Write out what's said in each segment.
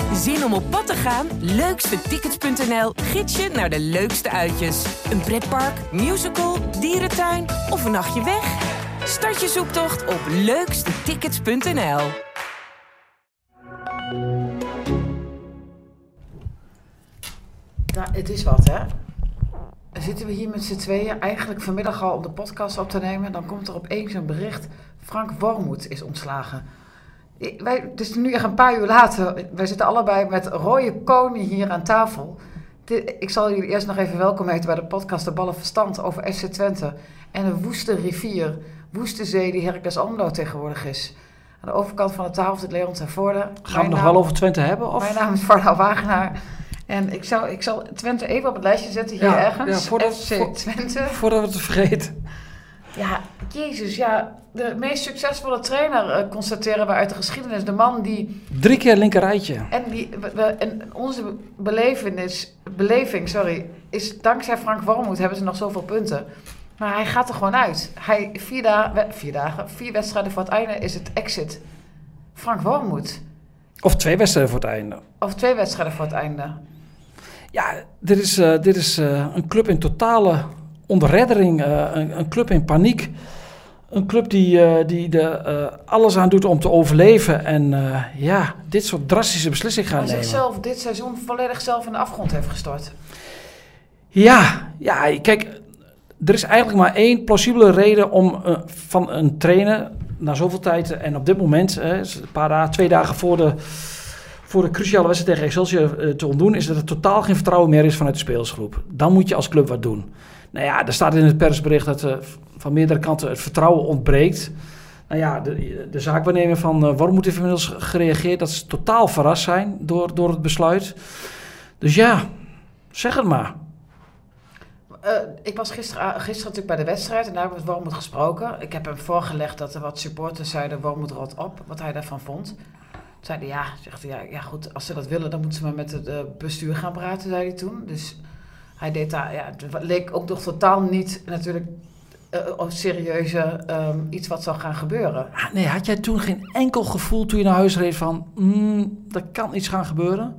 Zin om op pad te gaan? Leukstetickets.nl gids je naar de leukste uitjes. Een pretpark, musical, dierentuin of een nachtje weg? Start je zoektocht op leukstetickets.nl. Ja, het is wat, hè? Dan zitten we hier met z'n tweeën eigenlijk vanmiddag al om de podcast op te nemen. Dan komt er opeens een bericht. Frank Wormoed is ontslagen. Het is nu echt een paar uur later. Wij zitten allebei met rode koning hier aan tafel. Ik zal jullie eerst nog even welkom heten bij de podcast De Ballen Verstand over FC Twente. En een woeste rivier, woeste zee die Heracles Almelo tegenwoordig is. Aan de overkant van de tafel zit Leon ten Voorde. Gaan we het nog wel over Twente hebben? Of? Mijn naam is Varda Wagenaar. En ik zal Twente even op het lijstje zetten hier ergens. Ja, Twente. Voordat we het vergeten. Ja, jezus, ja. De meest succesvolle trainer constateren we uit de geschiedenis. De man die... 3 keer linkerrijtje. En onze beleving is dankzij Frank Wormoed hebben ze nog zoveel punten. Maar hij gaat er gewoon uit. 4 wedstrijden voor het einde is het exit. Frank Wormoed. Of 2 wedstrijden voor het einde. Of 2 wedstrijden voor het einde. Ja, dit is een club in totale ontreddering. Een club in paniek. Een club die alles aan doet om te overleven. En dit soort drastische beslissingen gaan nemen. Hij zichzelf dit seizoen volledig zelf in de afgrond heeft gestort. Ja, kijk, er is eigenlijk maar 1 plausibele reden om van een trainer na zoveel tijd en op dit moment, 2 dagen voor de cruciale wedstrijd tegen Excelsior te ontdoen, is dat er totaal geen vertrouwen meer is vanuit de spelersgroep. Dan moet je als club wat doen. Nou ja, er staat in het persbericht dat van meerdere kanten het vertrouwen ontbreekt. Nou ja, de zaakwaarnemer van Wormoed heeft inmiddels gereageerd dat ze totaal verrast zijn door het besluit. Dus ja, zeg het maar. Ik was gisteren natuurlijk bij de wedstrijd en daar hebben we met Wormoed gesproken. Ik heb hem voorgelegd dat er wat supporters zeiden, Wormoed rot op, wat hij daarvan vond. Zeiden ja goed, als ze dat willen, dan moeten ze maar met het bestuur gaan praten, zei hij toen. Dus hij deed daar, het leek ook nog totaal niet natuurlijk serieuze iets wat zou gaan gebeuren. Nee, had jij toen geen enkel gevoel toen je naar huis reed van, er kan iets gaan gebeuren?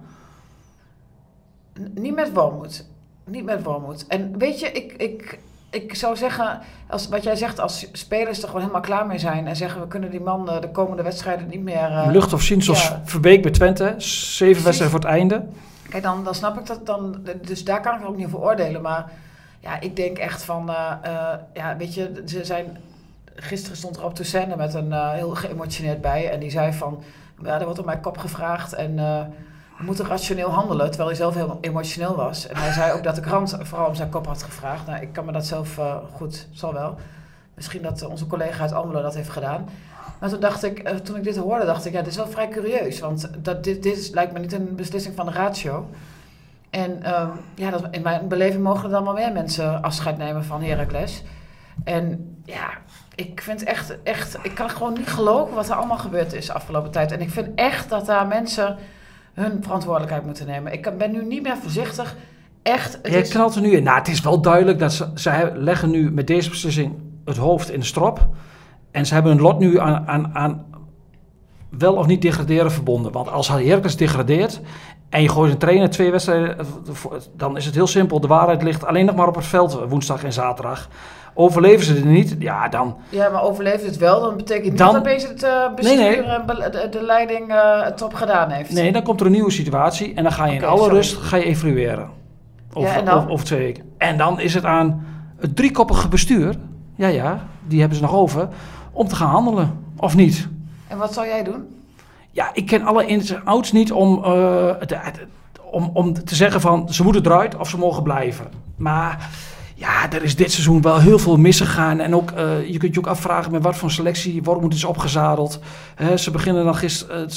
Niet met Wormoed. En weet je, ik zou zeggen, wat jij zegt, als spelers er gewoon helemaal klaar mee zijn en zeggen we kunnen die man de komende wedstrijden niet meer... Lucht of zien zoals Verbeek bij Twente, 7 wedstrijden voor het einde. Kijk, dan snap ik dat dan, dus daar kan ik ook niet over oordelen, maar ja, ik denk echt van, weet je, gisteren stond er op Toussaint met een heel geëmotioneerd bij en die zei van, er wordt op mijn kop gevraagd en... we moeten rationeel handelen, terwijl hij zelf heel emotioneel was. En hij zei ook dat de krant vooral om zijn kop had gevraagd. Nou, ik kan me dat zelf goed, zal wel. Misschien dat onze collega uit Almelo dat heeft gedaan. Maar toen dacht ik, toen ik dit hoorde, dacht ik, dit is wel vrij curieus. Want dit lijkt me niet een beslissing van de ratio. En in mijn beleving mogen er dan wel meer mensen afscheid nemen van Heracles. En ja, ik vind echt, ik kan gewoon niet geloven wat er allemaal gebeurd is de afgelopen tijd. En ik vind echt dat daar mensen hun verantwoordelijkheid moeten nemen. Ik ben nu niet meer voorzichtig. Echt. Knalt er nu in. Nou, het is wel duidelijk dat ze leggen nu met deze beslissing het hoofd in de strop. En ze hebben hun lot nu aan wel of niet degraderen verbonden. Want als Heracles degradeert en je gooit een trainer 2 wedstrijden, dan is het heel simpel. De waarheid ligt alleen nog maar op het veld woensdag en zaterdag. Overleven ze het niet, ja dan... Ja, maar overleven het wel, dan betekent niet dat opeens het bestuur de leiding het top gedaan heeft. Nee, dan komt er een nieuwe situatie en dan ga je in alle rust evalueren. Over 2 weken. En dan is het aan het 3-koppige bestuur, die hebben ze nog over, om te gaan handelen, of niet. En wat zou jij doen? Ja, ik ken alle ins en outs niet om te zeggen van ze moeten eruit of ze mogen blijven. Maar... ja, er is dit seizoen wel heel veel misgegaan. En ook, je kunt je ook afvragen met wat voor selectie Wormoed is opgezadeld. Ze beginnen dan gisteren,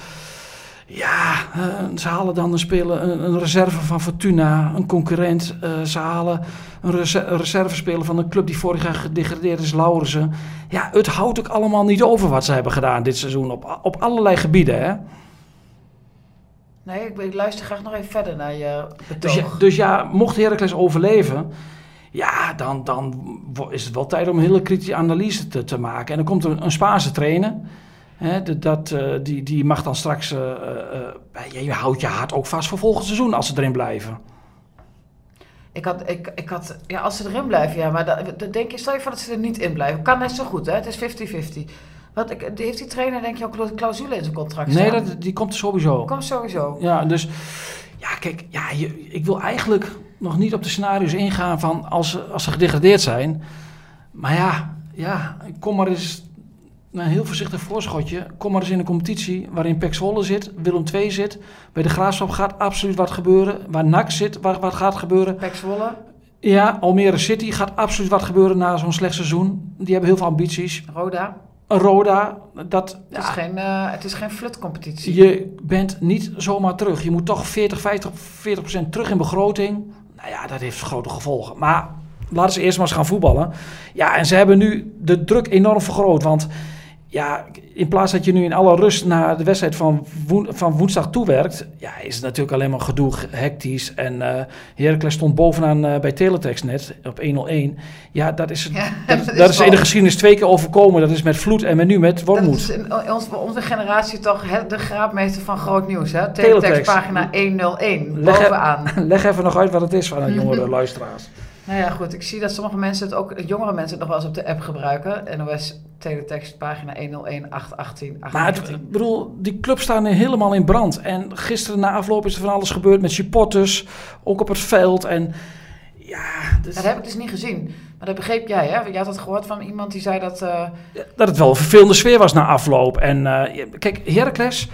ze halen dan een speler, een reserve van Fortuna, een concurrent. Ze halen een reservespeler van een club die vorig jaar gedegradeerd is, Laurensen. Ja, het houdt ook allemaal niet over wat ze hebben gedaan dit seizoen op allerlei gebieden, hè. Nee, ik luister graag nog even verder naar je betoog. Dus mocht Heracles overleven... ja, dan is het wel tijd om een hele kritische analyse te maken. En dan komt een Spaanse trainer. Die mag dan straks... je houdt je hart ook vast voor volgend seizoen als ze erin blijven. Als ze erin blijven, ja, maar denk je, stel je voor dat ze er niet in blijven. Kan net zo goed, hè? Het is 50-50. Heeft die trainer, denk je, ook een clausule in zijn contract staan? Nee, die komt sowieso. Komt sowieso. Ja, dus... Ja, kijk, ik wil eigenlijk nog niet op de scenario's ingaan van als ze gedegradeerd zijn. Maar kom maar eens... Een heel voorzichtig voorschotje. Kom maar eens in een competitie waarin PEC Zwolle zit, Willem II zit. Bij de Graafschap gaat absoluut wat gebeuren. Waar NAC zit, wat gaat gebeuren. PEC Zwolle. Ja, Almere City gaat absoluut wat gebeuren na zo'n slecht seizoen. Die hebben heel veel ambities. Roda, het is geen flutcompetitie. Je bent niet zomaar terug. Je moet toch 40% terug in begroting. Nou ja, dat heeft grote gevolgen. Maar laten ze eerst maar eens gaan voetballen. Ja, en ze hebben nu de druk enorm vergroot. Want ja, in plaats dat je nu in alle rust naar de wedstrijd van woensdag toewerkt, ja, is het natuurlijk alleen maar gedoe, hectisch. En Heracles stond bovenaan bij Teletext net op 1-0-1. Ja, dat is in de geschiedenis 2 keer overkomen. Dat is met Vloed en nu met Wormoed. Dat is in onze generatie toch de graadmeester van groot nieuws, hè? Teletext pagina 101, bovenaan. Leg even nog uit wat het is van een jongere luisteraars. Nou ja, goed. Ik zie dat sommige mensen jongere mensen het nog wel eens op de app gebruiken. NOS Teletext, pagina 101, 818. Maar ik bedoel, die clubs staan helemaal in brand. En gisteren na afloop is er van alles gebeurd met supporters, ook op het veld. En ja, dus... Dat heb ik dus niet gezien. Maar dat begreep jij, hè? Je had het gehoord van iemand die zei dat... Dat het wel een vervelende sfeer was na afloop. En kijk, Heracles,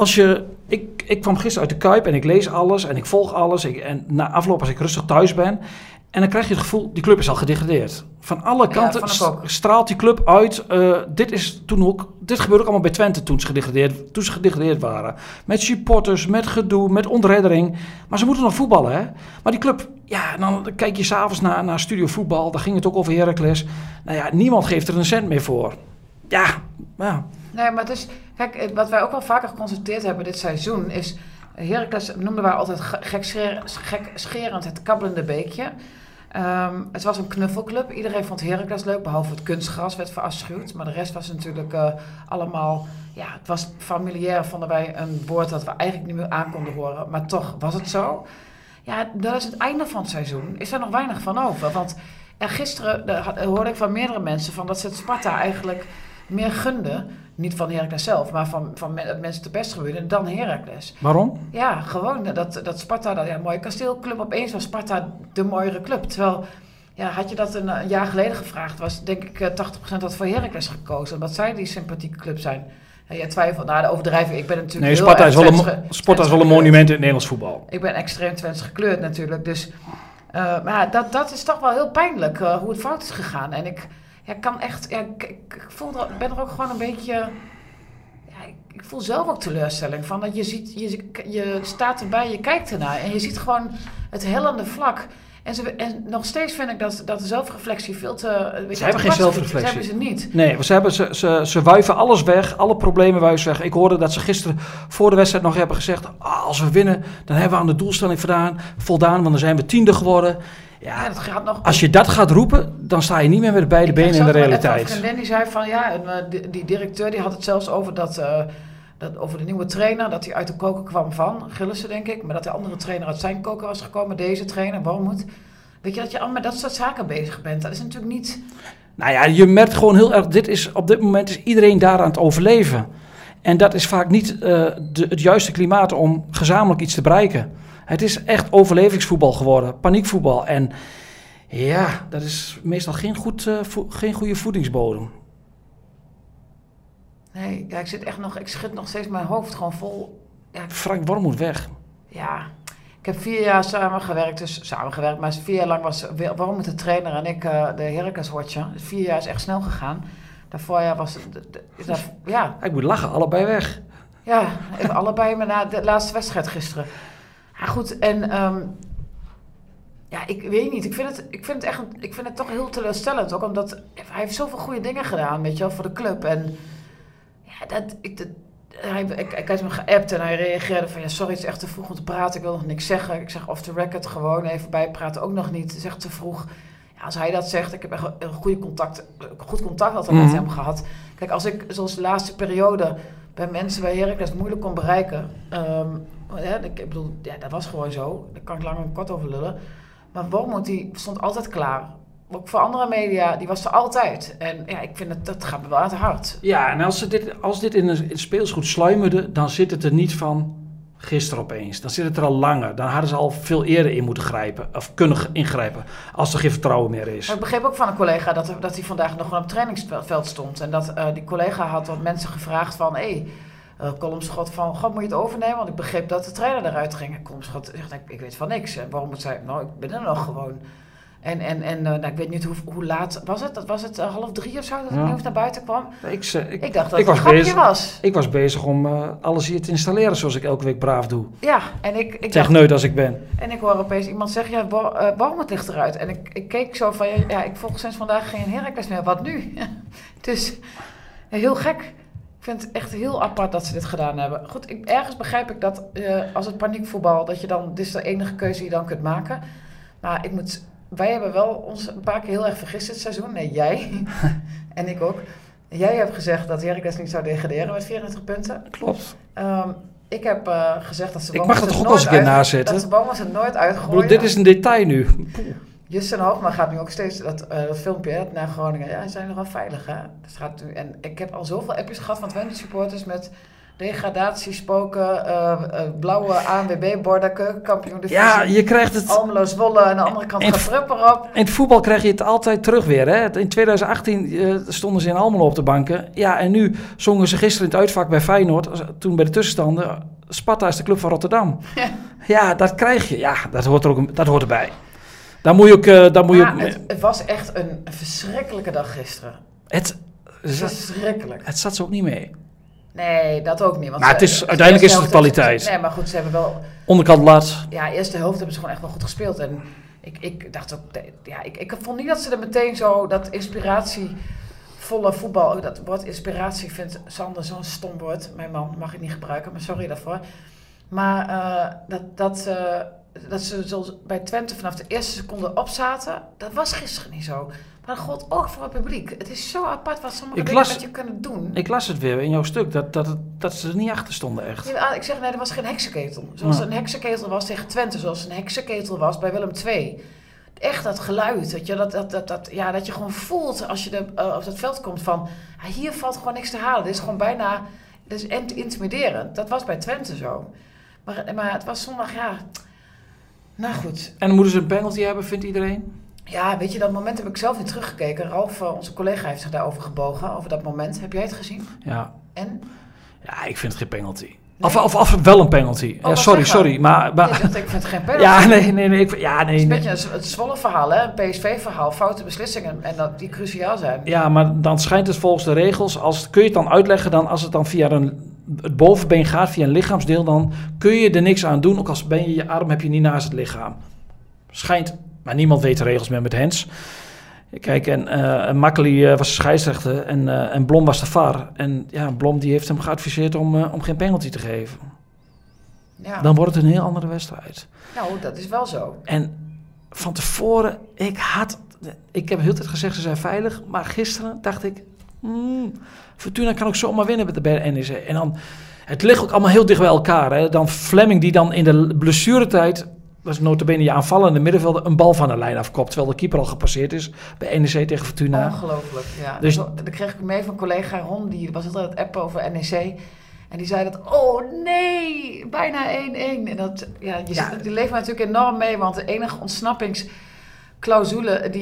ik kwam gisteren uit de Kuip en ik lees alles en ik volg alles. En na afloop, als ik rustig thuis ben... En dan krijg je het gevoel, die club is al gedegradeerd. Van alle kanten straalt die club uit. Dit gebeurde ook allemaal bij Twente toen ze gedegradeerd waren. Met supporters, met gedoe, met ontreddering. Maar ze moeten nog voetballen, hè. Maar die club, ja, dan kijk je s'avonds naar Studio Voetbal. Daar ging het ook over Heracles. Nou ja, niemand geeft er een cent meer voor. Ja. Nee, maar het is... Kijk, wat wij ook wel vaker geconstateerd hebben dit seizoen is... Heracles noemden wij altijd gekscherend het kabbelende beekje. Het was een knuffelclub. Iedereen vond Heracles leuk, behalve het kunstgras werd verafschuwd. Maar de rest was natuurlijk allemaal... Ja, het was familiair, vonden wij een woord dat we eigenlijk niet meer aan konden horen. Maar toch was het zo. Ja, dat is het einde van het seizoen. Is er nog weinig van over. Want gisteren hoorde ik van meerdere mensen van dat ze het Sparta eigenlijk meer gunden. Niet van Heracles zelf, maar van mensen te best gebeurde dan Heracles. Waarom? Ja, gewoon dat Sparta, een mooie kasteelclub, opeens was Sparta de mooiere club. Terwijl, ja, had je dat een jaar geleden gevraagd, was denk ik 80% had voor Heracles gekozen. Omdat zij die sympathieke club zijn. Ja, jij twijfelt, de overdrijving, ik ben natuurlijk nee, Sparta is wel een monument in het Nederlands voetbal. Ik ben extreem Twents gekleurd natuurlijk, dus... maar dat is toch wel heel pijnlijk, hoe het fout is gegaan. En ik ben er ook gewoon een beetje... Ja, ik voel zelf ook teleurstelling van dat je ziet, je staat erbij, je kijkt ernaar en je ziet gewoon het hellende vlak. En nog steeds vind ik dat de zelfreflectie veel te... Ze hebben geen zelfreflectie. Dat hebben ze niet. Nee, ze wuiven alles weg, alle problemen wuiven weg. Ik hoorde dat ze gisteren voor de wedstrijd nog hebben gezegd... als we winnen, dan hebben we aan de doelstelling voldaan, want dan zijn we 10e geworden... Ja, dat gaat nog... Als je dat gaat roepen, dan sta je niet meer met beide benen in de realiteit. Een vriendin die zei van die directeur die had het zelfs over over de nieuwe trainer, dat hij uit de koker kwam van Gillissen, denk ik. Maar dat de andere trainer uit zijn koker was gekomen, deze trainer, Wormoed. Weet je, dat je allemaal met dat soort zaken bezig bent. Dat is natuurlijk niet... Nou ja, je merkt gewoon heel erg, op dit moment is iedereen daar aan het overleven. En dat is vaak niet het juiste klimaat om gezamenlijk iets te bereiken. Het is echt overlevingsvoetbal geworden, paniekvoetbal. En ja, dat is meestal geen goede voedingsbodem. Nee, ja, ik schud nog steeds mijn hoofd gewoon vol. Ja, Frank Wormoed weg. Ja, ik heb 4 jaar samengewerkt, maar 4 jaar lang was Wormoed de trainer en ik de Heracles-watcher. 4 jaar is echt snel gegaan. Daarvoor was het... Ja. Ik moet lachen, allebei weg. Ja, even allebei na de laatste wedstrijd gisteren. Ja, goed, en ik weet niet. Ik vind het toch heel teleurstellend. Ook omdat hij heeft zoveel goede dingen gedaan, weet je wel, voor de club. En ja, ik had hem geappt en hij reageerde van... Ja, sorry, het is echt te vroeg om te praten. Ik wil nog niks zeggen. Ik zeg off the record gewoon even bijpraten. Ook nog niet. Het is echt te vroeg. Ja, als hij dat zegt, ik heb echt een goed contact altijd met hem gehad. Kijk, als ik zoals de laatste periode bij mensen bij Heracles moeilijk kon bereiken. Ik bedoel, dat was gewoon zo. Daar kan ik lang en kort over lullen. Maar Wormoed, die stond altijd klaar. Ook voor andere media, die was er altijd. En ja, ik vind dat gaat me wel aan het hart. Ja, en als dit in een speelsgoed sluimerde, dan zit het er niet van gisteren opeens. Dan zit het er al langer. Dan hadden ze al veel eerder in moeten grijpen. Of kunnen ingrijpen. Als er geen vertrouwen meer is. Maar ik begreep ook van een collega dat hij vandaag nog op het trainingsveld stond. En dat die collega had wat mensen gevraagd van... Kolmschot van, God, moet je het overnemen? Want ik begreep dat de trainer eruit ging. En Kolmschot zegt, ik weet van niks. En waarom moet zij? Nou, ik ben er nog gewoon. En ik weet niet hoe laat was het? Dat was het 2:30 of zo dat het nieuws naar buiten kwam. Ik dacht dat het een grapje was. Ik was bezig om alles hier te installeren zoals ik elke week braaf doe. Ja, en ik techneut als ik ben. En ik hoor opeens iemand zeggen, Wormoed ligt eruit. En ik keek zo van, ik volg sinds vandaag geen Heracles meer. Wat nu? Dus heel gek. Ik vind het echt heel apart dat ze dit gedaan hebben. Goed, ergens begrijp ik dat als het paniekvoetbal, dat je dan, dit is de enige keuze die je dan kunt maken. Maar wij hebben wel ons een paar keer heel erg vergist dit seizoen. Nee, jij en ik ook. Jij hebt gezegd dat Heracles niet zou degraderen met 24 punten. Klopt. Ik heb gezegd dat ze ik mag het toch ook als een keer nazetten. Dat ze Bomas het nooit uitgooien. Dit is een detail nu. Justin Hoogma gaat nu ook steeds dat filmpje naar Groningen. Ja, ze zijn nogal veilig, hè? Dat gaat nu, en ik heb al zoveel appjes gehad van Twente supporters met degradatiespoken, blauwe ANWB-borden, keukenkampioen. Ja, je krijgt het... Almelo Zwolle en aan de andere kant gaat Trupp erop. In het voetbal krijg je het altijd terug weer, hè? In 2018 stonden ze in Almelo op de banken. Ja, en nu zongen ze gisteren in het uitvak bij Feyenoord, toen bij de tussenstanden, Sparta is de club van Rotterdam. Ja, dat krijg je. Ja, dat hoort erbij. Daar moet je ook... Het was echt een verschrikkelijke dag gisteren. Verschrikkelijk. Het zat ze ook niet mee. Nee, dat ook niet. Want maar uiteindelijk is het de kwaliteit. Nee, maar goed, ze hebben wel... Onderkant lat. Ja, eerste helft hebben ze gewoon echt wel goed gespeeld. En ik dacht ook... Ja, ik vond niet dat ze er meteen zo... Dat inspiratievolle voetbal... Dat woord inspiratie vindt Sander zo'n stom woord. Mijn man mag ik niet gebruiken, maar sorry daarvoor. Maar dat ze zo bij Twente vanaf de eerste seconde opzaten, dat was gisteren niet zo. Maar dat gold ook voor het publiek. Het is zo apart wat sommige dingen met je kunnen doen. Ik las het weer in jouw stuk, dat ze er niet achter stonden echt. Ja, ik zeg, nee, er was geen heksenketel. Zoals een heksenketel was tegen Twente, zoals een heksenketel was bij Willem II. Echt dat geluid, dat je gewoon voelt als je op dat veld komt van, hier valt gewoon niks te halen. Dit is gewoon bijna, dit is intimiderend. Dat was bij Twente zo. Maar het was zondag, nou goed. En moeten ze een penalty hebben, vindt iedereen? Ja, weet je, dat moment heb ik zelf niet teruggekeken. Ralf, onze collega, heeft zich daarover gebogen, over dat moment. Heb jij het gezien? Ja. En? Ja, ik vind het geen penalty. Nee. Of wel een penalty. Ja, sorry. Maar... Je zegt, ik vind het geen penalty. Ja, nee. Het is een beetje het Zwolle verhaal, hè? Een PSV-verhaal, foute beslissingen en dat die cruciaal zijn. Ja, maar dan schijnt het volgens de regels, kun je het dan uitleggen, dan als het dan via het bovenbeen gaat, via een lichaamsdeel, dan kun je er niks aan doen, ook als je arm heb je niet naast het lichaam. Schijnt, maar niemand weet de regels meer met Hens. Kijk, en Makkely was de scheidsrechter en Blom was de VAR. En ja, Blom die heeft hem geadviseerd om geen penalty te geven. Ja. Dan wordt het een heel andere wedstrijd. Nou, dat is wel zo. En van tevoren, ik heb heel tijd gezegd, ze zijn veilig. Maar gisteren dacht ik, Fortuna kan ook zomaar winnen bij de NEC. En dan, het ligt ook allemaal heel dicht bij elkaar. Hè. Dan Fleming die dan in de blessuretijd, dat is nota bene je aanvallende middenvelder, een bal van de lijn afkopt. Terwijl de keeper al gepasseerd is bij NEC tegen Fortuna. Ongelooflijk, ja. Dus dat kreeg ik mee van collega Ron, die was altijd aan het appen over NEC. En die zei dat, oh nee, bijna 1-1. En dat, die leeft natuurlijk enorm mee, want de enige ontsnappingsclausule,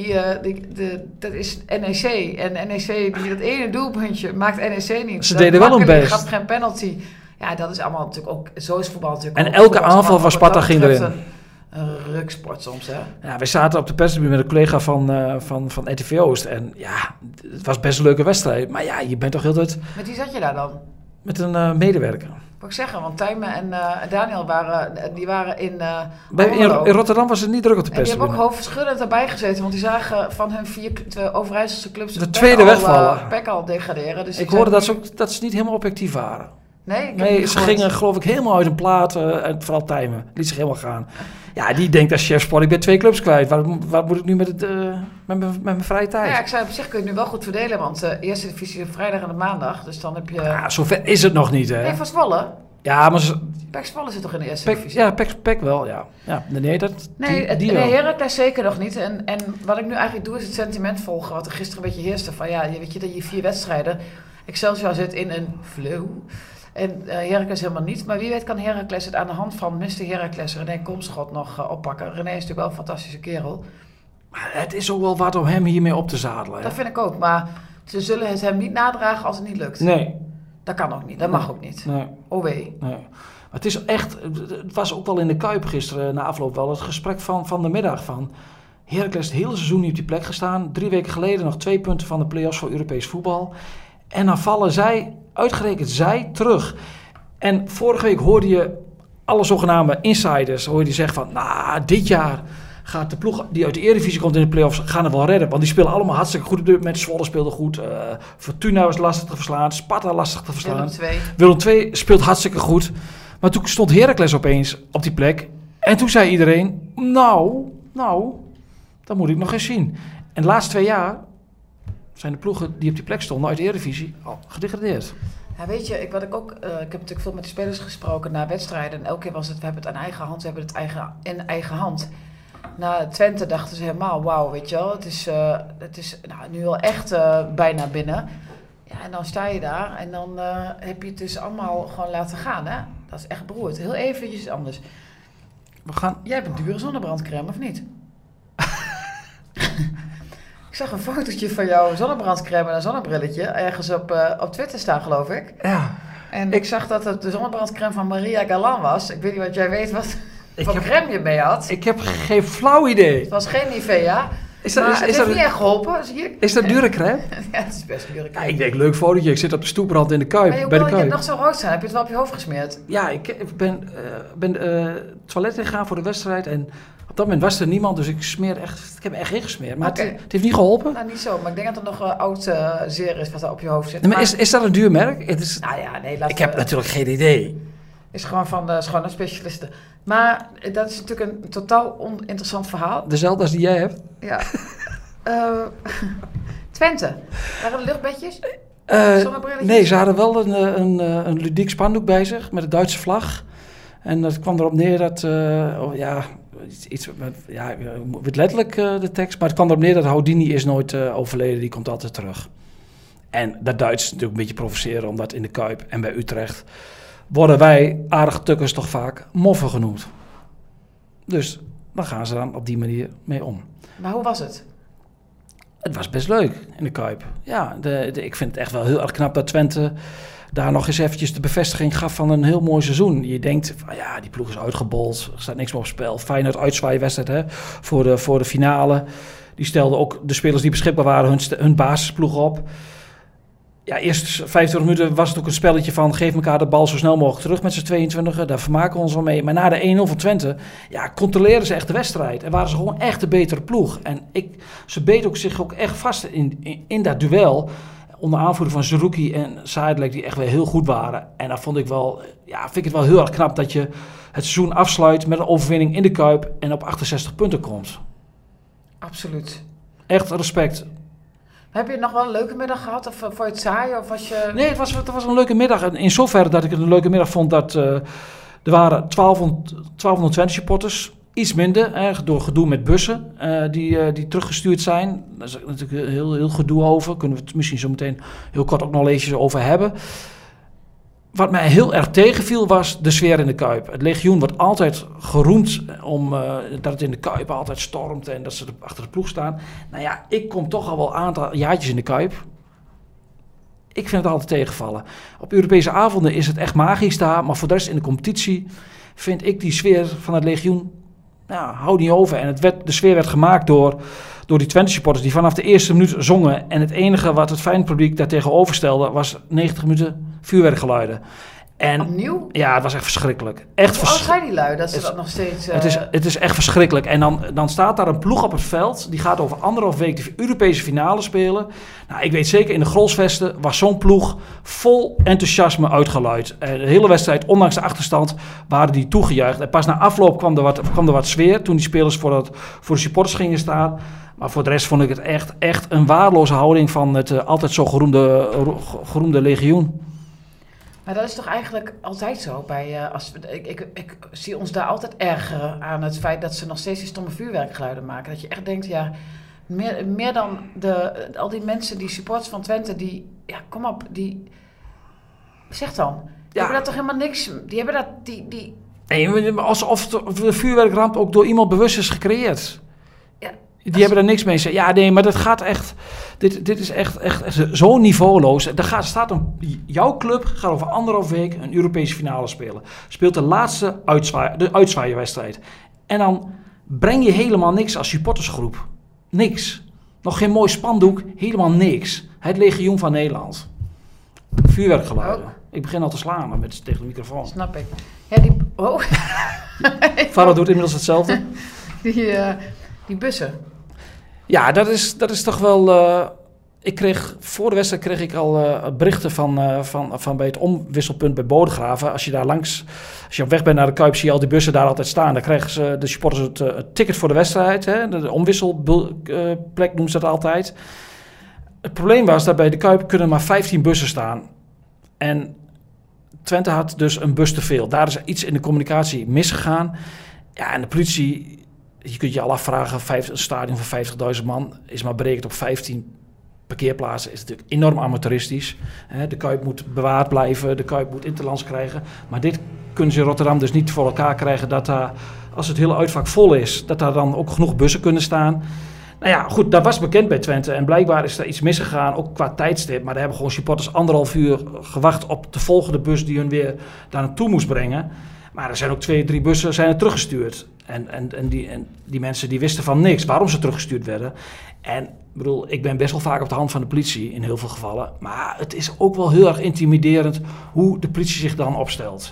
dat is NEC. En NEC, dat ene doelpuntje, maakt NEC niet. Ze deden wel een best. Gaf geen penalty. Ja, dat is allemaal natuurlijk ook, zo is voetbal natuurlijk. En elke aanval van Sparta ging erin. Een ruksport soms, hè? Ja, wij zaten op de persbureau met een collega van RTV Oost. En ja, het was best een leuke wedstrijd. Maar ja, je bent toch heel tijd... Met wie zat je daar dan? Met een medewerker. Wat ik zeggen, want Tijmen en Daniel waren in in Rotterdam was het niet druk op de persbureau. En die hebben ook hoofdschuddend erbij gezeten, want die zagen van hun 4 Overijsselse clubs de tweede wegvallen. PEC al degraderen. Dus ik hoorde dat ze niet helemaal objectief waren. Nee, ze gingen geloof ik helemaal uit een plaat, en vooral Tijmen, liet zich helemaal gaan. Ja, die denkt als chef sport, ik ben 2 clubs kwijt. Wat moet ik nu met mijn vrije tijd? Ja, ik zei op zich kun je het nu wel goed verdelen, want eerste divisie op vrijdag en de maandag. Dus dan heb je... Ja, zover is het nog niet, hè? Nee, van Zwolle. Ja, maar... PEC Zwolle zit toch in de eerste divisie? Ja, PEC wel, ja. Nee, Heracles zeker nog niet. En wat ik nu eigenlijk doe, is het sentiment volgen. Wat er gisteren een beetje heerste. Van ja, weet je dat je 4 wedstrijden... Excelsior zit in een flow. En Heracles helemaal niet. Maar wie weet kan Heracles het aan de hand van Mr. Heracles, René Komschot, nog oppakken. René is natuurlijk wel een fantastische kerel. Maar het is ook wel wat om hem hiermee op te zadelen. Hè? Dat vind ik ook. Maar ze zullen het hem niet nadragen als het niet lukt. Nee. Dat kan ook niet. Dat mag ook niet. Nee. Oh wee. Nee. Het is echt, het was ook wel in de Kuip gisteren na afloop wel het gesprek van de middag van Heracles het hele seizoen niet op die plek gestaan. 3 weken geleden nog 2 punten van de play-offs voor Europees voetbal. En dan vallen zij, uitgerekend zij, terug. En vorige week hoorde je alle zogenaamde insiders, hoorde je zeggen van, nou, dit jaar gaat de ploeg die uit de Eredivisie komt in de play-offs, gaan er wel redden. Want die spelen allemaal hartstikke goed op dit moment. Zwolle speelde goed. Fortuna was lastig te verslaan. Sparta lastig te verslaan. Willem II speelt hartstikke goed. Maar toen stond Heracles opeens op die plek. En toen zei iedereen, nou, dat moet ik nog eens zien. En de laatste 2 jaar zijn de ploegen die op die plek stonden uit de Eredivisie al gedegradeerd. Ja, weet je, ik heb natuurlijk veel met de spelers gesproken na wedstrijden. En elke keer was het, we hebben het aan eigen hand, we hebben het in eigen hand. Na Twente dachten ze helemaal, wauw, weet je wel. Het is nu wel echt bijna binnen. Ja, en dan sta je daar en dan heb je het dus allemaal gewoon laten gaan, hè. Dat is echt beroerd. Heel eventjes anders. Jij hebt een dure zonnebrandcrème, of niet? Ik zag een fotootje van jouw zonnebrandcrème en een zonnebrilletje ergens op Twitter staan, geloof ik. Ja. En ik zag dat het de zonnebrandcrème van Maria Galan was. Ik weet niet wat jij weet wat crème je mee had. Ik heb geen flauw idee. Het was geen Nivea. Het heeft niet echt geholpen. Is dat dure crème? Ja, het is best een dure crème. Ja, ik denk, leuk fotootje. Ik zit op de stoeprand in de Kuip. Maar bij de Kuip. Je nog zo rood zijn. Heb je het wel op je hoofd gesmeerd? Ja, ik ben het toilet ingegaan voor de wedstrijd. En op dat moment was er niemand. Dus ik heb echt ingesmeerd. Maar het heeft niet geholpen. Nou, niet zo. Maar ik denk dat er nog oud zeer is wat er op je hoofd zit. Nee, maar is dat een duur merk? Ik heb natuurlijk geen idee. Is gewoon van de schone specialisten. Maar dat is natuurlijk een totaal oninteressant verhaal. Dezelfde als die jij hebt? Ja. Twente. Waren er luchtbedjes? Nee, ze hadden wel een ludiek spandoek bij zich met de Duitse vlag. En dat kwam erop neer dat... wordt letterlijk de tekst. Maar het kwam erop neer dat Houdini is nooit overleden. Die komt altijd terug. En dat Duits is natuurlijk een beetje provoceren. Omdat in de Kuip en bij Utrecht worden wij, aardige tukkers toch vaak, moffen genoemd. Dus dan gaan ze dan op die manier mee om. Maar hoe was het? Het was best leuk in de Kuip. Ja, ik vind het echt wel heel erg knap dat Twente daar nog eens eventjes de bevestiging gaf van een heel mooi seizoen. Je denkt, van, ja, die ploeg is uitgebold, er staat niks meer op spel. Feyenoord uitzwaaiwedstrijd, hè, voor de finale. Die stelden ook de spelers die beschikbaar waren hun basisploeg op. Ja, eerst 25 minuten was het ook een spelletje van geef elkaar de bal zo snel mogelijk terug met z'n 22. Daar vermaken we ons wel mee. Maar na de 1-0 van Twente, ja, controleerden ze echt de wedstrijd. En waren ze gewoon echt de betere ploeg. En ze beten zich ook echt vast in dat duel. Onder aanvoering van Zerouki en Saadlek, die echt wel heel goed waren. En daar vind ik het wel heel erg knap dat je het seizoen afsluit met een overwinning in de Kuip en op 68 punten komt. Absoluut. Echt respect. Heb je nog wel een leuke middag gehad? Of vond je het saai? Of was je... Nee, het was een leuke middag. En in zoverre dat ik het een leuke middag vond dat er waren 1220 supporters. Iets minder, door gedoe met bussen die teruggestuurd zijn. Daar is natuurlijk heel gedoe over. Kunnen we het misschien zo meteen heel kort ook nog eens over hebben. Wat mij heel erg tegenviel was de sfeer in de Kuip. Het legioen wordt altijd geroemd dat het in de Kuip altijd stormt en dat ze achter de ploeg staan. Nou ja, ik kom toch al wel een aantal jaartjes in de Kuip. Ik vind het altijd tegenvallen. Op Europese avonden is het echt magisch daar, maar voor de rest in de competitie vind ik die sfeer van het legioen, houdt niet over. En de sfeer werd gemaakt door die Twente supporters die vanaf de eerste minuut zongen. En het enige wat het Feyenoord publiek daar tegenover stelde was 90 minuten vuurwerkgeluiden. En Opnieuw? ja, het was echt verschrikkelijk. Echt Hoe oud zijn die lui dat ze dat nog steeds... Het is echt verschrikkelijk. En dan staat daar een ploeg op het veld. Die gaat over 1,5 week de Europese finale spelen. Nou, ik weet zeker, in de Grolsvesten was zo'n ploeg vol enthousiasme uitgeluid. De hele wedstrijd, ondanks de achterstand, waren die toegejuicht. En pas na afloop kwam er wat sfeer toen die spelers voor de supporters gingen staan. Maar voor de rest vond ik het echt een waardeloze houding van het altijd zo geroemde legioen. Maar dat is toch eigenlijk altijd zo? Ik zie ons daar altijd ergeren aan het feit dat ze nog steeds die stomme vuurwerkgeluiden maken. Dat je echt denkt, ja, meer dan al die mensen, die supporters van Twente, die, ja, kom op, die... Zeg dan. Die hebben daar toch helemaal niks... Die hebben dat... Nee, alsof de vuurwerkramp ook door iemand bewust is gecreëerd. Ja, die hebben er niks mee. Ja, nee, maar dat gaat echt... Dit is echt zo niveauloos. Jouw club gaat over 1,5 week een Europese finale spelen. Speelt de laatste uitzwaaierwedstrijd. En dan breng je helemaal niks als supportersgroep. Niks. Nog geen mooi spandoek. Helemaal niks. Het legioen van Nederland. Vuurwerkgeluiden. Oh. Ik begin al te slaan tegen de microfoon. Snap ik. Ja, die... Oh. Farah doet inmiddels hetzelfde. Die bussen. Ja, dat is toch wel... Voor de wedstrijd al berichten van bij het omwisselpunt bij Bodegraven. Als je op weg bent naar de Kuip, zie je al die bussen daar altijd staan. Dan krijgen de supporters het ticket voor de wedstrijd. Hè? De omwisselplek noemen ze dat altijd. Het probleem was dat bij de Kuip kunnen maar 15 bussen staan. En Twente had dus een bus te veel. Daar is iets in de communicatie misgegaan. Ja, en de politie... Je kunt je al afvragen, een stadion van 50.000 man is maar berekend op 15 parkeerplaatsen. Is natuurlijk enorm amateuristisch. De Kuip moet bewaard blijven, de Kuip moet interlands krijgen. Maar dit kunnen ze in Rotterdam dus niet voor elkaar krijgen dat daar, als het hele uitvak vol is, dat daar dan ook genoeg bussen kunnen staan. Nou ja, goed, dat was bekend bij Twente. En blijkbaar is er iets misgegaan, ook qua tijdstip. Maar daar hebben gewoon supporters 1,5 uur gewacht op de volgende bus die hun weer daar naartoe moest brengen. Maar er zijn ook 2-3 bussen zijn er teruggestuurd. En die mensen die wisten van niks waarom ze teruggestuurd werden. En ik ben best wel vaak op de hand van de politie in heel veel gevallen. Maar het is ook wel heel erg intimiderend hoe de politie zich dan opstelt.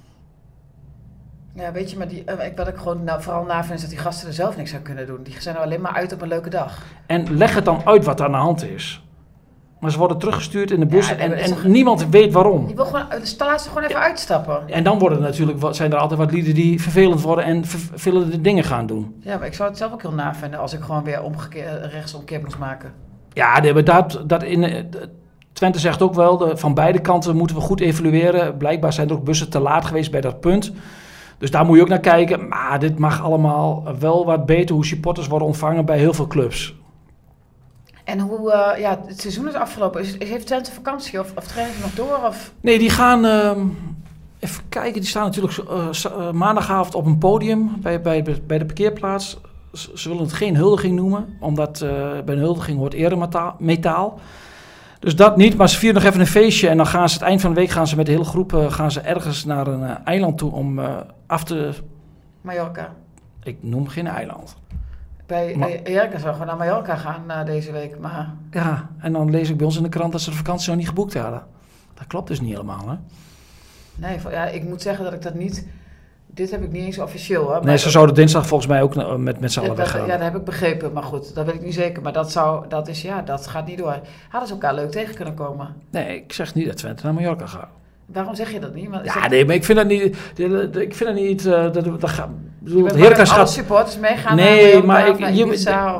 Ja, weet je, maar wat ik gewoon vooral navind is dat die gasten er zelf niks aan kunnen doen. Die zijn er alleen maar uit op een leuke dag. En leg het dan uit wat er aan de hand is. Maar ze worden teruggestuurd in de bus en toch... niemand weet waarom. Je wil gewoon, laat ze gewoon even uitstappen. En dan zijn er altijd wat lieden die vervelend worden en vervelende dingen gaan doen. Ja, maar ik zou het zelf ook heel navinden als ik gewoon weer rechtsomkeer moest maken. Ja, Twente zegt ook wel, van beide kanten moeten we goed evalueren. Blijkbaar zijn er ook bussen te laat geweest bij dat punt. Dus daar moet je ook naar kijken. Maar dit mag allemaal wel wat beter hoe supporters worden ontvangen bij heel veel clubs. En hoe, het seizoen is afgelopen. Heeft Twente vakantie of trainen ze nog door? Of? Nee, die gaan, even kijken, die staan natuurlijk maandagavond op een podium bij de parkeerplaats. Ze willen het geen huldiging noemen, omdat bij een huldiging hoort eremetaal. Dus dat niet, maar ze vieren nog even een feestje en dan gaan ze het eind van de week met de hele groep ergens naar een eiland toe om af te... Mallorca. Ik noem geen eiland. Bij Erika zou gewoon naar Mallorca gaan deze week, maar... Ja, en dan lees ik bij ons in de krant dat ze de vakantie nog niet geboekt hadden. Dat klopt dus niet helemaal, hè? Nee, ik moet zeggen dat ik dat niet... Dit heb ik niet eens officieel, hè? Nee, ze zouden dinsdag volgens mij ook met z'n allen weggaan. Ja, dat heb ik begrepen, maar goed, dat weet ik niet zeker. Maar dat gaat niet door. Hadden ze elkaar leuk tegen kunnen komen? Nee, ik zeg niet dat Twente naar Mallorca gaat. Waarom zeg je dat niet? Nee, maar ik vind dat niet... Ik vind dat niet... Alle supporters meegaan naar Ibiza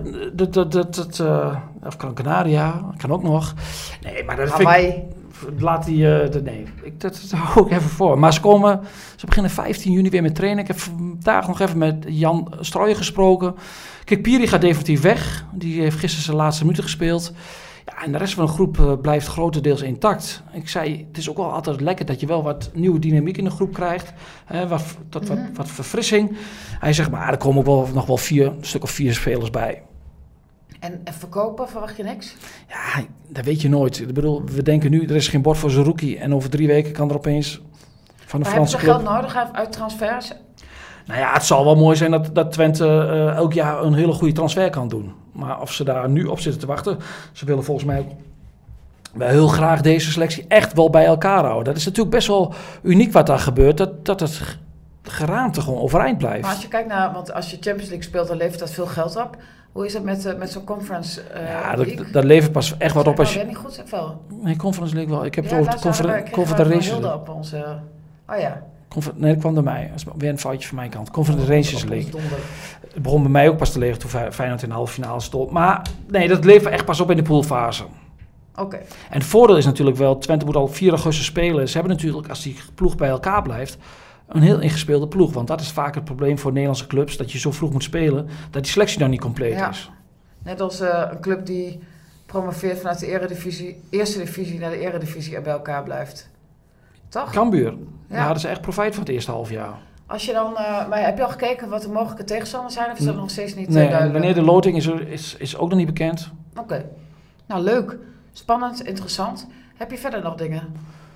of Gran Canaria, kan ook nog. Nee, maar dat Hawaii. vind ik... Laat die... dat hou ik even voor. Maar ze beginnen 15 juni weer met trainen. Ik heb vandaag nog even met Jan Strooijen gesproken. Kijk, Piri gaat definitief weg. Die heeft gisteren zijn laatste minuten gespeeld. Ja, en de rest van de groep blijft grotendeels intact. Ik zei, het is ook wel altijd lekker dat je wel wat nieuwe dynamiek in de groep krijgt. Wat verfrissing. Hij zegt, maar er komen ook nog wel een stuk of 4 spelers bij. En verkopen, verwacht je niks? Ja, dat weet je nooit. Ik bedoel, we denken nu, er is geen bord voor Zerouki. En over 3 weken kan er opeens van de Franse club... Hebben ze geld nodig uit transfers? Nou ja, het zal wel mooi zijn dat Twente elk jaar een hele goede transfer kan doen. Maar of ze daar nu op zitten te wachten... Ze willen volgens mij ook wij heel graag deze selectie echt wel bij elkaar houden. Dat is natuurlijk best wel uniek wat daar gebeurt, dat het geraamte gewoon overeind blijft. Maar als je kijkt naar, want als je Champions League speelt, dan levert dat veel geld op. Hoe is het met zo'n conference league? Dat levert pas echt wat op als je... Ben niet goed, zeg wel. Nee, conference league wel. Ik heb het over de Conference op onze... Oh ja. Nee, dat kwam door mij. Dat is weer een foutje van mijn kant. Conference League. Het begon bij mij ook pas te liggen toen Feyenoord in de halve finale stond. Maar nee, dat levert echt pas op in de poolfase. Oké. En het voordeel is natuurlijk wel, Twente moet al 4 augustus spelen. Ze hebben natuurlijk, als die ploeg bij elkaar blijft, een heel ingespeelde ploeg. Want dat is vaak het probleem voor Nederlandse clubs, dat je zo vroeg moet spelen, dat die selectie dan niet compleet is. Net als een club die promoveert vanuit de eerste divisie naar de eredivisie en bij elkaar blijft. Toch? Cambuur. Daar hadden ze echt profijt van het eerste half jaar. Als je dan, maar heb je al gekeken wat de mogelijke tegenstanders zijn? Of is dat nog steeds niet duidelijk? Nee, wanneer de loting is ook nog niet bekend. Oké. Nou, leuk. Spannend, interessant. Heb je verder nog dingen?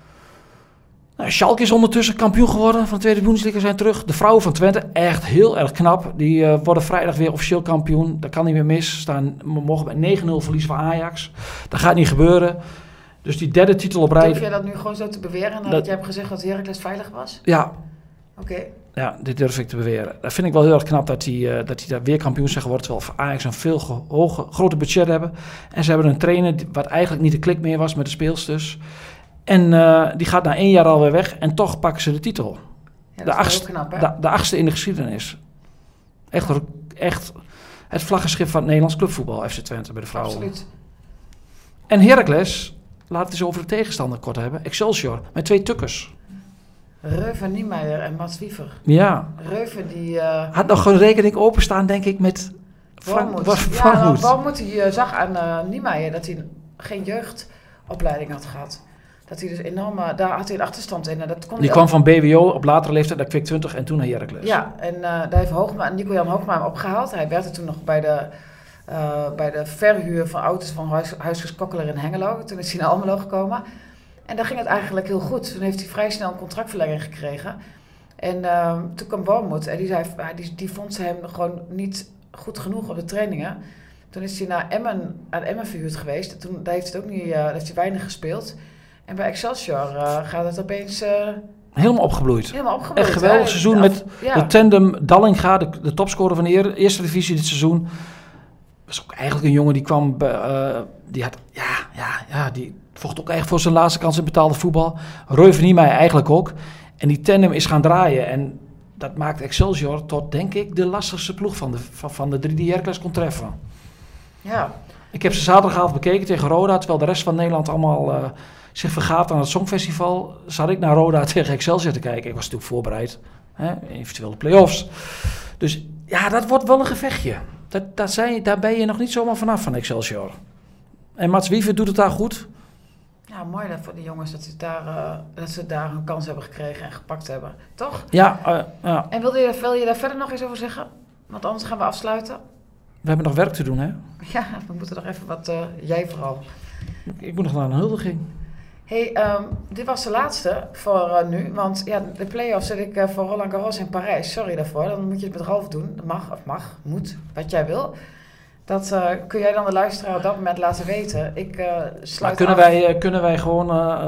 Nou, Schalke is ondertussen kampioen geworden van de Tweede Bundesliga, zijn terug. De vrouwen van Twente, echt heel erg knap. Die worden vrijdag weer officieel kampioen. Dat kan niet meer mis. Mogen met 9-0 verliezen van Ajax. Dat gaat niet gebeuren. Dus die derde titel op rij... Durf je dat nu gewoon zo te beweren nadat je hebt gezegd dat Heracles veilig was? Ja. Oké. Ja, dit durf ik te beweren. Dat vind ik wel heel erg knap dat hij daar weer kampioen zijn geworden. Terwijl voor Ajax een veel groter budget hebben. En ze hebben een trainer wat eigenlijk niet de klik meer was met de speelsters. En die gaat na 1 jaar alweer weg. En toch pakken ze de titel. Ja, dat is heel knap, hè? De 8e in de geschiedenis. Echt het vlaggenschip van het Nederlands clubvoetbal, FC Twente bij de vrouwen. Absoluut. En Heracles, laat het eens over de tegenstander kort hebben. Excelsior, met 2 tukkers. Reuven Niemeyer en Mats Wiever. Ja. Reuven die... had nog een rekening openstaan, denk ik, met Walmoed. Walmoed die zag aan Niemeyer dat hij geen jeugdopleiding had gehad. Dat hij dus enorm... daar had hij een achterstand in. En dat kon die kwam van BWO op latere leeftijd naar Kwik 20 en toen naar Heracles. Ja, en daar heeft Nico-Jan Hoogma hem opgehaald. Hij werkte toen nog bij de verhuur van auto's van Huisjes Kokkeler in Hengelo. Toen is hij naar Almelo gekomen. En daar ging het eigenlijk heel goed. Toen heeft hij vrij snel een contractverlenging gekregen. En toen kwam Walmoed en die zei, die vond ze hem gewoon niet goed genoeg op de trainingen. Toen is hij aan Emmen verhuurd geweest. En toen daar heeft hij heeft hij weinig gespeeld. En bij Excelsior gaat het opeens... Helemaal opgebloeid. Echt geweldig seizoen met de tandem Dallinga, de topscorer van de eerste divisie dit seizoen. Was ook eigenlijk een jongen die kwam... die vocht ook echt voor zijn laatste kans in betaalde voetbal. Reuven Niemeyer eigenlijk ook. En die tandem is gaan draaien. En dat maakt Excelsior tot, denk ik, de lastigste ploeg van de 3 die Heracles kon treffen. Ja. Ik heb ze zaterdagavond bekeken tegen Roda, terwijl de rest van Nederland allemaal zich vergaat aan het Songfestival. Zat ik naar Roda tegen Excelsior te kijken. Ik was natuurlijk voorbereid. Eventueel de play-offs. Dus ja, dat wordt wel een gevechtje. Daar ben je nog niet zomaar vanaf van Excelsior. En Mats Wiever doet het daar goed. Ja, mooi voor die jongens dat ze daar hun kans hebben gekregen en gepakt hebben. Toch? Ja. En wil je daar verder nog eens over zeggen? Want anders gaan we afsluiten. We hebben nog werk te doen, hè? Ja, we moeten nog even wat... jij vooral. Ik moet nog naar een huldiging. Hey, dit was de laatste voor nu. Want ja, de play-offs zet ik voor Roland Garros in Parijs. Sorry daarvoor. Dan moet je het met Ralf doen. Dat moet, wat jij wil. Dat kun jij dan de luisteraar op dat moment laten weten. Ik sluit kunnen wij gewoon...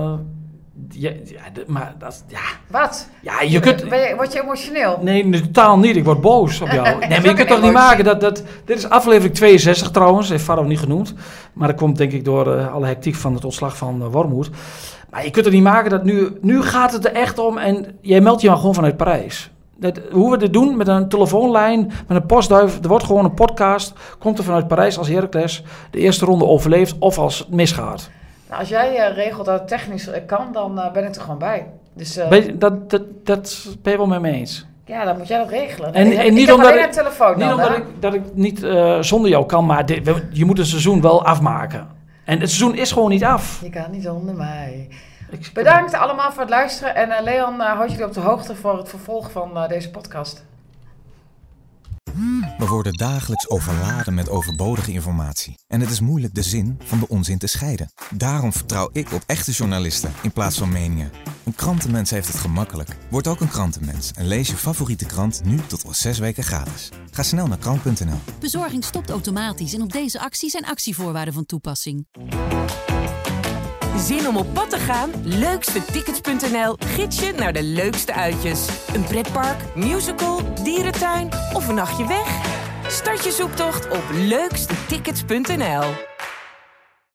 Wat? Ja, je kunt... Word je emotioneel? Nee, totaal niet. Ik word boos op jou. Nee, maar je kunt toch niet maken dit is aflevering 62 trouwens. Heeft Faro niet genoemd. Maar dat komt denk ik door alle hectiek van het ontslag van Wormoed. Maar je kunt er niet maken dat nu gaat het er echt om. En jij meldt je maar gewoon vanuit Parijs. Hoe we dit doen met een telefoonlijn, met een postduif. Er wordt gewoon een podcast. Komt er vanuit Parijs als Heracles de eerste ronde overleeft of als het misgaat. Nou, als jij regelt dat het technisch kan, dan ben ik er gewoon bij. Dus, dat ben je wel met me eens. Ja, dan moet jij dat regelen. En niet omdat ik een telefoon niet omdat ik niet zonder jou kan, maar je moet het seizoen wel afmaken. En het seizoen is gewoon niet af. Je kan niet zonder mij. Bedankt allemaal voor het luisteren. En Leon houdt jullie op de hoogte voor het vervolg van deze podcast. We worden dagelijks overladen met overbodige informatie. En het is moeilijk de zin van de onzin te scheiden. Daarom vertrouw ik op echte journalisten in plaats van meningen. Een krantenmens heeft het gemakkelijk. Word ook een krantenmens en lees je favoriete krant nu tot al 6 weken gratis. Ga snel naar krant.nl. Bezorging stopt automatisch en op deze actie zijn actievoorwaarden van toepassing. Zin om op pad te gaan? Leukstetickets.nl gids je naar de leukste uitjes. Een pretpark, musical, dierentuin of een nachtje weg? Start je zoektocht op leukstetickets.nl.